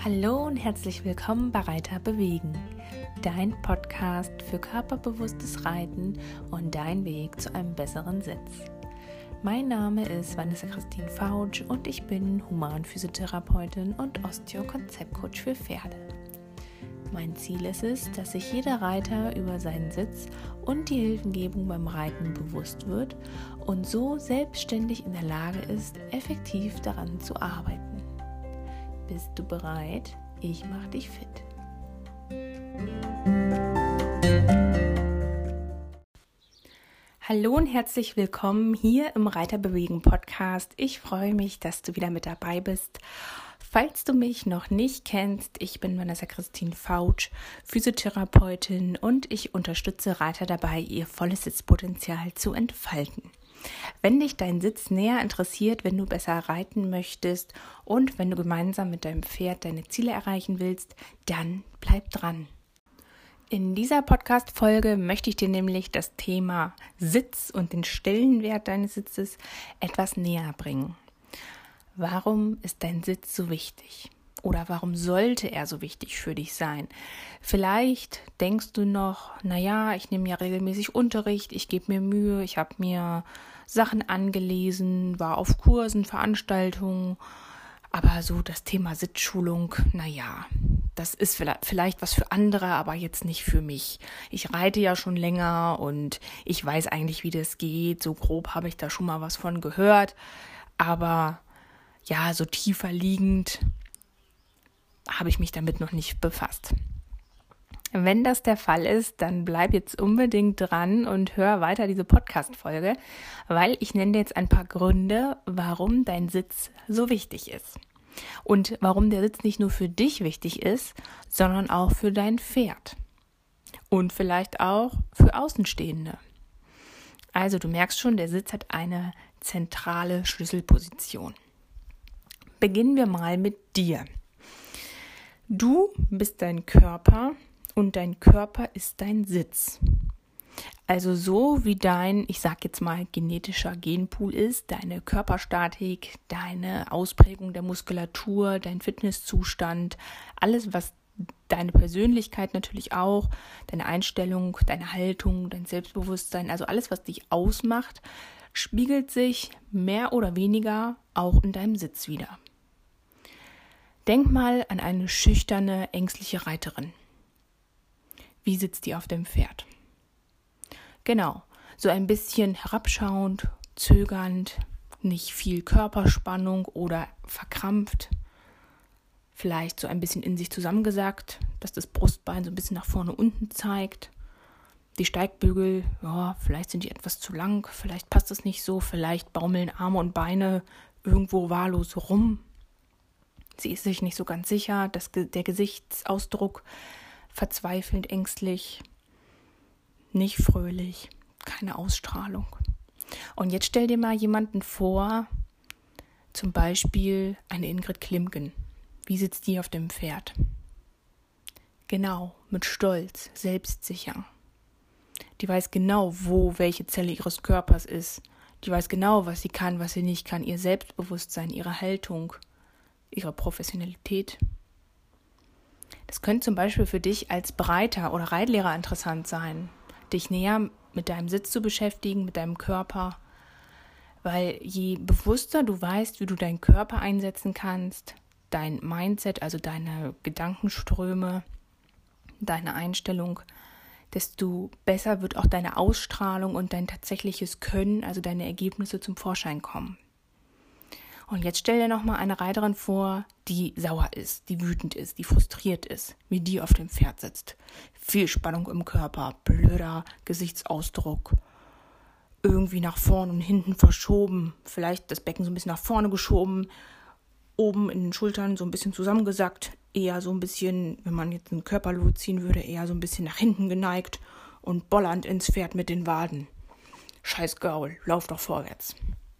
Hallo und herzlich willkommen bei Reiter bewegen, dein Podcast für körperbewusstes Reiten und dein Weg zu einem besseren Sitz. Mein Name ist Vanessa Christine Fautsch und ich bin Humanphysiotherapeutin und Osteo-Konzeptcoach für Pferde. Mein Ziel ist es, dass sich jeder Reiter über seinen Sitz und die Hilfengebung beim Reiten bewusst wird und so selbstständig in der Lage ist, effektiv daran zu arbeiten. Bist du bereit? Ich mach dich fit. Hallo und herzlich willkommen hier im Reiter bewegen Podcast. Ich freue mich, dass du wieder mit dabei bist. Falls du mich noch nicht kennst, ich bin Vanessa Christine Fautsch, Physiotherapeutin und ich unterstütze Reiter dabei, ihr volles Sitzpotenzial zu entfalten. Wenn dich dein Sitz näher interessiert, wenn du besser reiten möchtest und wenn du gemeinsam mit deinem Pferd deine Ziele erreichen willst, dann bleib dran. In dieser Podcast-Folge möchte ich dir nämlich das Thema Sitz und den Stellenwert deines Sitzes etwas näher bringen. Warum ist dein Sitz so wichtig? Oder warum sollte er so wichtig für dich sein? Vielleicht denkst du noch, ich nehme ja regelmäßig Unterricht, ich gebe mir Mühe, ich habe mir Sachen angelesen, war auf Kursen, Veranstaltungen, aber so das Thema Sitzschulung, das ist vielleicht was für andere, aber jetzt nicht für mich. Ich reite ja schon länger und ich weiß eigentlich, wie das geht, so grob habe ich da schon mal was von gehört, aber ja, so tiefer liegend habe ich mich damit noch nicht befasst. Wenn das der Fall ist, dann bleib jetzt unbedingt dran und hör weiter diese Podcast-Folge, weil ich nenne dir jetzt ein paar Gründe, warum dein Sitz so wichtig ist. Und warum der Sitz nicht nur für dich wichtig ist, sondern auch für dein Pferd. Und vielleicht auch für Außenstehende. Also du merkst schon, der Sitz hat eine zentrale Schlüsselposition. Beginnen wir mal mit dir. Du bist dein Körper und dein Körper ist dein Sitz. Also so wie dein, ich sag jetzt mal, genetischer Genpool ist, deine Körperstatik, deine Ausprägung der Muskulatur, dein Fitnesszustand, alles, was deine Persönlichkeit natürlich auch, deine Einstellung, deine Haltung, dein Selbstbewusstsein, also alles, was dich ausmacht, spiegelt sich mehr oder weniger auch in deinem Sitz wider. Denk mal an eine schüchterne, ängstliche Reiterin. Wie sitzt die auf dem Pferd? Genau, so ein bisschen herabschauend, zögernd, nicht viel Körperspannung oder verkrampft. Vielleicht so ein bisschen in sich zusammengesackt, dass das Brustbein so ein bisschen nach vorne unten zeigt. Die Steigbügel, vielleicht sind die etwas zu lang, vielleicht passt es nicht so, vielleicht baumeln Arme und Beine irgendwo wahllos rum. Sie ist sich nicht so ganz sicher, der Gesichtsausdruck verzweifelnd, ängstlich, nicht fröhlich, keine Ausstrahlung. Und jetzt stell dir mal jemanden vor, zum Beispiel eine Ingrid Klimken. Wie sitzt die auf dem Pferd? Genau, mit Stolz, selbstsicher. Die weiß genau, wo welche Zelle ihres Körpers ist. Die weiß genau, was sie kann, was sie nicht kann. Ihr Selbstbewusstsein, ihre Haltung, ihre Professionalität. Das könnte zum Beispiel für dich als Reiter oder Reitlehrer interessant sein, dich näher mit deinem Sitz zu beschäftigen, mit deinem Körper, weil je bewusster du weißt, wie du deinen Körper einsetzen kannst, dein Mindset, also deine Gedankenströme, deine Einstellung, desto besser wird auch deine Ausstrahlung und dein tatsächliches Können, also deine Ergebnisse zum Vorschein kommen. Und jetzt stell dir nochmal eine Reiterin vor, die sauer ist, die wütend ist, die frustriert ist, wie die auf dem Pferd sitzt. Viel Spannung im Körper, blöder Gesichtsausdruck, irgendwie nach vorne und hinten verschoben, vielleicht das Becken so ein bisschen nach vorne geschoben, oben in den Schultern so ein bisschen zusammengesackt, eher so ein bisschen, wenn man jetzt einen Körperlot ziehen würde, eher so ein bisschen nach hinten geneigt und bollernd ins Pferd mit den Waden. Scheiß Gaul, lauf doch vorwärts.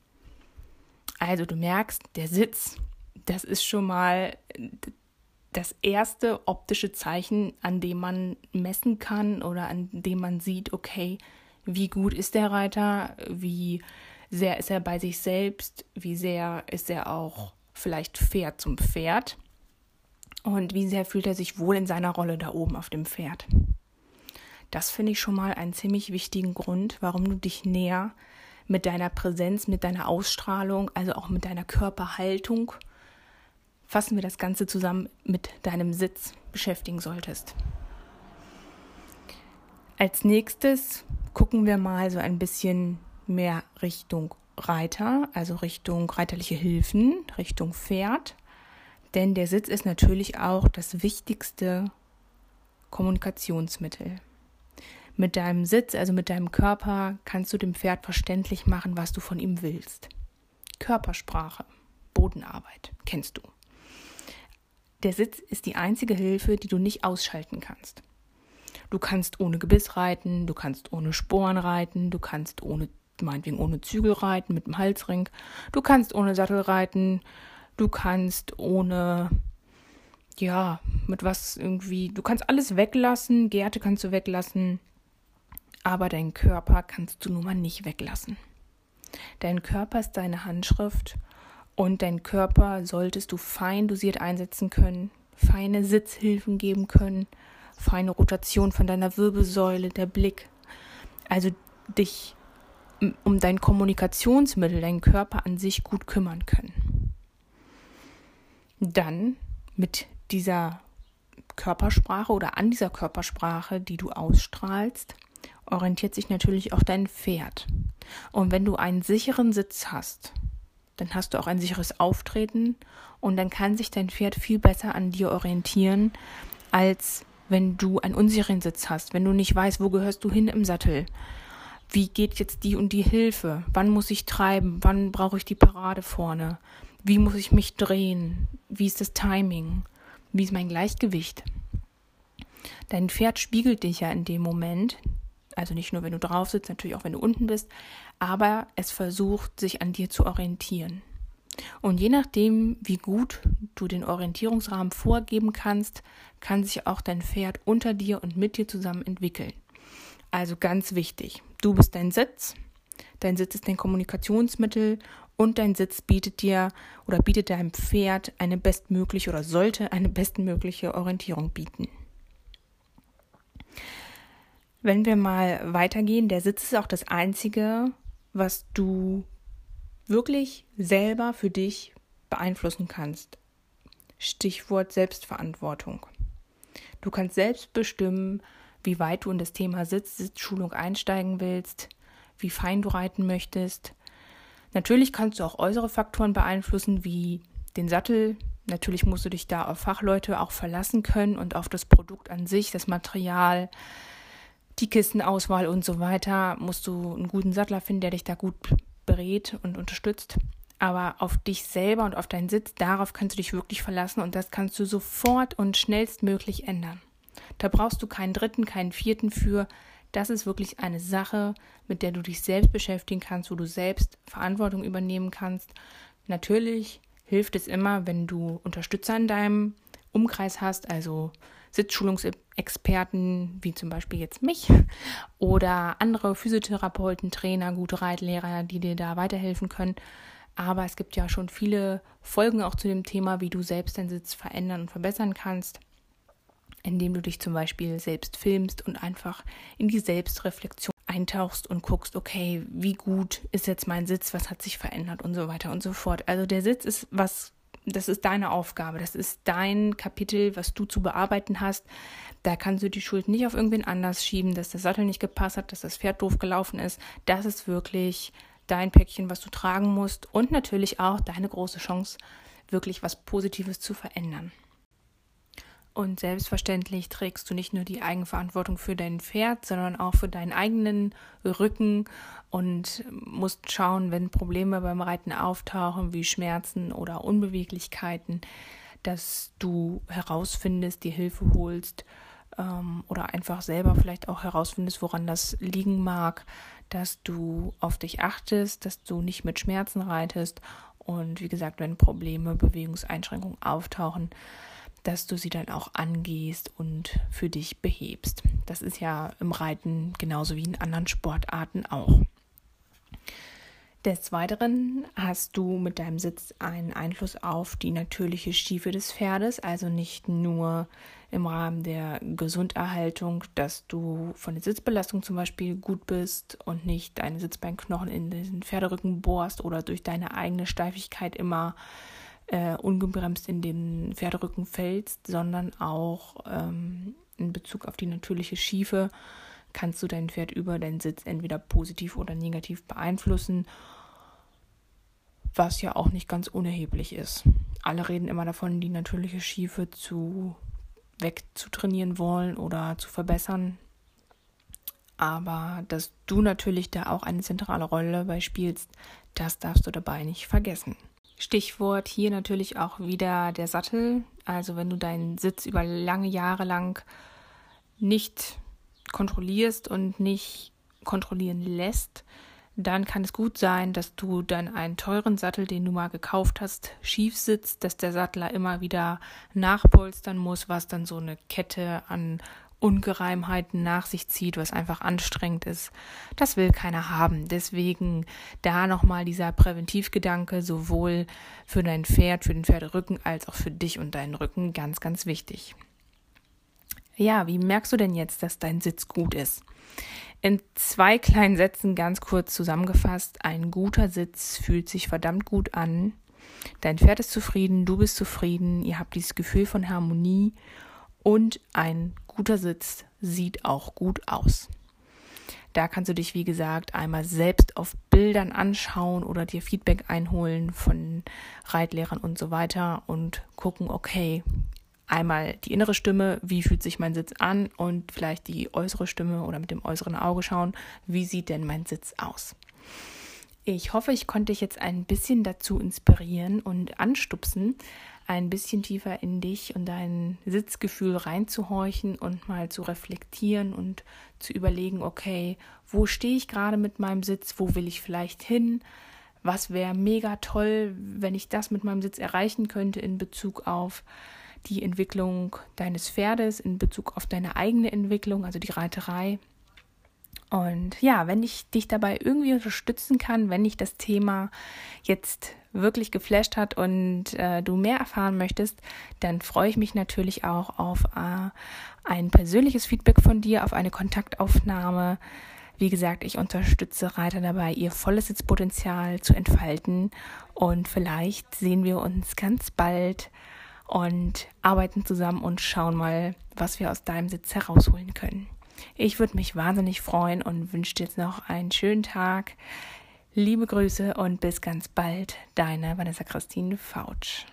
Also du merkst, der Sitz, das ist schon mal das erste optische Zeichen, an dem man messen kann oder an dem man sieht, okay, wie gut ist der Reiter, wie sehr ist er bei sich selbst, wie sehr ist er auch vielleicht fair zum Pferd Und wie sehr fühlt er sich wohl in seiner Rolle da oben auf dem Pferd? Das finde ich schon mal einen ziemlich wichtigen Grund, warum du dich näher mit deiner Präsenz, mit deiner Ausstrahlung, also auch mit deiner Körperhaltung, fassen wir das Ganze zusammen, mit deinem Sitz beschäftigen solltest. Als nächstes gucken wir mal so ein bisschen mehr Richtung Reiter, also Richtung reiterliche Hilfen, Richtung Pferd. Denn der Sitz ist natürlich auch das wichtigste Kommunikationsmittel. Mit deinem Sitz, also mit deinem Körper, kannst du dem Pferd verständlich machen, was du von ihm willst. Körpersprache, Bodenarbeit, kennst du. Der Sitz ist die einzige Hilfe, die du nicht ausschalten kannst. Du kannst ohne Gebiss reiten, du kannst ohne Sporen reiten, du kannst meinetwegen ohne Zügel reiten, mit dem Halsring, du kannst ohne Sattel reiten, du kannst ohne, mit was irgendwie, du kannst alles weglassen, Gerte kannst du weglassen, aber deinen Körper kannst du nun mal nicht weglassen. Dein Körper ist deine Handschrift und deinen Körper solltest du fein dosiert einsetzen können, feine Sitzhilfen geben können, feine Rotation von deiner Wirbelsäule, der Blick. Also dich um dein Kommunikationsmittel, deinen Körper an sich gut kümmern können. Dann mit dieser Körpersprache oder an dieser Körpersprache, die du ausstrahlst, orientiert sich natürlich auch dein Pferd. Und wenn du einen sicheren Sitz hast, dann hast du auch ein sicheres Auftreten und dann kann sich dein Pferd viel besser an dir orientieren, als wenn du einen unsicheren Sitz hast, wenn du nicht weißt, wo gehörst du hin im Sattel, wie geht jetzt die und die Hilfe, wann muss ich treiben, wann brauche ich die Parade vorne, wie muss ich mich drehen, wie ist das Timing, wie ist mein Gleichgewicht. Dein Pferd spiegelt dich ja in dem Moment, also nicht nur, wenn du drauf sitzt, natürlich auch, wenn du unten bist, aber es versucht, sich an dir zu orientieren. Und je nachdem, wie gut du den Orientierungsrahmen vorgeben kannst, kann sich auch dein Pferd unter dir und mit dir zusammen entwickeln. Also ganz wichtig, du bist dein Sitz ist dein Kommunikationsmittel und dein Sitz bietet deinem Pferd eine bestmögliche oder sollte eine bestmögliche Orientierung bieten. Wenn wir mal weitergehen, der Sitz ist auch das Einzige, was du wirklich selber für dich beeinflussen kannst. Stichwort Selbstverantwortung. Du kannst selbst bestimmen, wie weit du in das Thema Sitzschulung einsteigen willst, wie fein du reiten möchtest. Natürlich kannst du auch äußere Faktoren beeinflussen, wie den Sattel. Natürlich musst du dich da auf Fachleute auch verlassen können und auf das Produkt an sich, das Material, die Kistenauswahl und so weiter. Musst du einen guten Sattler finden, der dich da gut berät und unterstützt. Aber auf dich selber und auf deinen Sitz, darauf kannst du dich wirklich verlassen und das kannst du sofort und schnellstmöglich ändern. Da brauchst du keinen dritten, keinen vierten für. Das ist wirklich eine Sache, mit der du dich selbst beschäftigen kannst, wo du selbst Verantwortung übernehmen kannst. Natürlich hilft es immer, wenn du Unterstützer in deinem Umkreis hast, also Sitzschulungsexperten, wie zum Beispiel jetzt mich oder andere Physiotherapeuten, Trainer, gute Reitlehrer, die dir da weiterhelfen können. Aber es gibt ja schon viele Folgen auch zu dem Thema, wie du selbst deinen Sitz verändern und verbessern kannst, indem du dich zum Beispiel selbst filmst und einfach in die Selbstreflexion eintauchst und guckst, okay, wie gut ist jetzt mein Sitz, was hat sich verändert und so weiter und so fort. Also der Sitz ist das ist deine Aufgabe, das ist dein Kapitel, was du zu bearbeiten hast. Da kannst du die Schuld nicht auf irgendwen anders schieben, dass der Sattel nicht gepasst hat, dass das Pferd doof gelaufen ist. Das ist wirklich dein Päckchen, was du tragen musst und natürlich auch deine große Chance, wirklich was Positives zu verändern. Und selbstverständlich trägst du nicht nur die Eigenverantwortung für dein Pferd, sondern auch für deinen eigenen Rücken und musst schauen, wenn Probleme beim Reiten auftauchen, wie Schmerzen oder Unbeweglichkeiten, dass du herausfindest, dir Hilfe holst oder einfach selber vielleicht auch herausfindest, woran das liegen mag, dass du auf dich achtest, dass du nicht mit Schmerzen reitest und wie gesagt, wenn Probleme, Bewegungseinschränkungen auftauchen, dass du sie dann auch angehst und für dich behebst. Das ist ja im Reiten genauso wie in anderen Sportarten auch. Des Weiteren hast du mit deinem Sitz einen Einfluss auf die natürliche Schiefe des Pferdes, also nicht nur im Rahmen der Gesunderhaltung, dass du von der Sitzbelastung zum Beispiel gut bist und nicht deine Sitzbeinknochen in den Pferderücken bohrst oder durch deine eigene Steifigkeit immer ungebremst in den Pferderücken fällst, sondern auch in Bezug auf die natürliche Schiefe kannst du dein Pferd über deinen Sitz entweder positiv oder negativ beeinflussen, was ja auch nicht ganz unerheblich ist. Alle reden immer davon, die natürliche Schiefe wegzutrainieren wollen oder zu verbessern. Aber dass du natürlich da auch eine zentrale Rolle bei spielst, das darfst du dabei nicht vergessen. Stichwort hier natürlich auch wieder der Sattel. Also wenn du deinen Sitz über lange Jahre lang nicht kontrollierst und nicht kontrollieren lässt, dann kann es gut sein, dass du dann einen teuren Sattel, den du mal gekauft hast, schief sitzt, dass der Sattler immer wieder nachpolstern muss, was dann so eine Kette an Ungereimheiten nach sich zieht, was einfach anstrengend ist. Das will keiner haben. Deswegen da nochmal dieser Präventivgedanke, sowohl für dein Pferd, für den Pferderücken, als auch für dich und deinen Rücken, ganz, ganz wichtig. Ja, wie merkst du denn jetzt, dass dein Sitz gut ist? In 2 kleinen Sätzen ganz kurz zusammengefasst: Ein guter Sitz fühlt sich verdammt gut an. Dein Pferd ist zufrieden, du bist zufrieden, ihr habt dieses Gefühl von Harmonie und ein guter Sitz sieht auch gut aus. Da kannst du dich, wie gesagt, einmal selbst auf Bildern anschauen oder dir Feedback einholen von Reitlehrern und so weiter und gucken, okay, einmal die innere Stimme, wie fühlt sich mein Sitz an, und vielleicht die äußere Stimme oder mit dem äußeren Auge schauen, wie sieht denn mein Sitz aus. Ich hoffe, ich konnte dich jetzt ein bisschen dazu inspirieren und anstupsen, ein bisschen tiefer in dich und dein Sitzgefühl reinzuhorchen und mal zu reflektieren und zu überlegen, okay, wo stehe ich gerade mit meinem Sitz, wo will ich vielleicht hin, was wäre mega toll, wenn ich das mit meinem Sitz erreichen könnte in Bezug auf die Entwicklung deines Pferdes, in Bezug auf deine eigene Entwicklung, also die Reiterei. Und ja, wenn ich dich dabei irgendwie unterstützen kann, wenn dich das Thema jetzt wirklich geflasht hat und du mehr erfahren möchtest, dann freue ich mich natürlich auch auf ein persönliches Feedback von dir, auf eine Kontaktaufnahme. Wie gesagt, ich unterstütze Reiter dabei, ihr volles Sitzpotenzial zu entfalten, und vielleicht sehen wir uns ganz bald und arbeiten zusammen und schauen mal, was wir aus deinem Sitz herausholen können. Ich würde mich wahnsinnig freuen und wünsche dir jetzt noch einen schönen Tag. Liebe Grüße und bis ganz bald, deine Vanessa Christine Fautsch.